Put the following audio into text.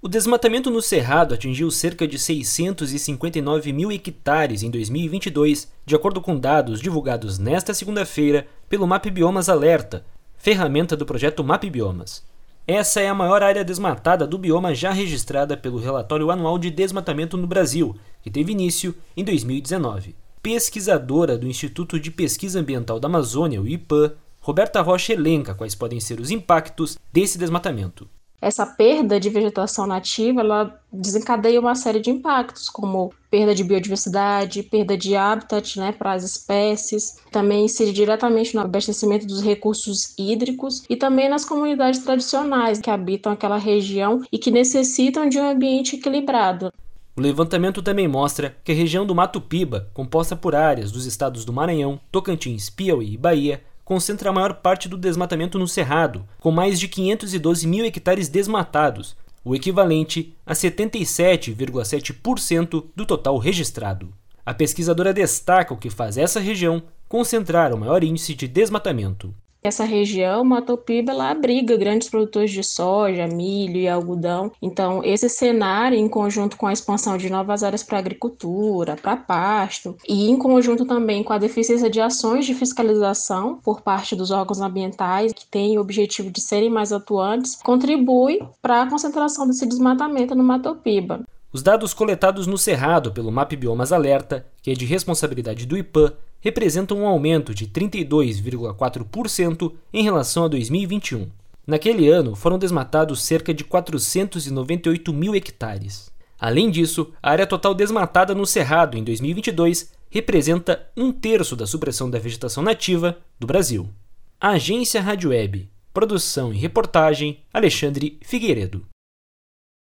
O desmatamento no Cerrado atingiu cerca de 659 mil hectares em 2022, de acordo com dados divulgados nesta segunda-feira pelo MapBiomas Alerta, ferramenta do projeto MapBiomas. Essa é a maior área desmatada do bioma já registrada pelo Relatório Anual de Desmatamento no Brasil, que teve início em 2019. Pesquisadora do Instituto de Pesquisa Ambiental da Amazônia, o IPAM, Roberta Rocha elenca quais podem ser os impactos desse desmatamento. Essa perda de vegetação nativa, ela desencadeia uma série de impactos, como perda de biodiversidade, perda de habitat, para as espécies, também incide diretamente no abastecimento dos recursos hídricos e também nas comunidades tradicionais que habitam aquela região e que necessitam de um ambiente equilibrado. O levantamento também mostra que a região do Mato Piba, composta por áreas dos estados do Maranhão, Tocantins, Piauí e Bahia, concentra a maior parte do desmatamento no Cerrado, com mais de 512 mil hectares desmatados, o equivalente a 77,7% do total registrado. A pesquisadora destaca o que faz essa região concentrar o maior índice de desmatamento. Essa região, Mato Piba, ela abriga grandes produtores de soja, milho e algodão. Então, esse cenário, em conjunto com a expansão de novas áreas para agricultura, para pasto, e em conjunto também com a deficiência de ações de fiscalização por parte dos órgãos ambientais, que têm o objetivo de serem mais atuantes, contribui para a concentração desse desmatamento no Mato Piba. Os dados coletados no Cerrado pelo MapBiomas Alerta, que é de responsabilidade do IPAM, representam um aumento de 32,4% em relação a 2021. Naquele ano, foram desmatados cerca de 498 mil hectares. Além disso, a área total desmatada no Cerrado em 2022 representa 1/3 da supressão da vegetação nativa do Brasil. Agência Rádio Web. Produção e reportagem, Alexandre Figueiredo.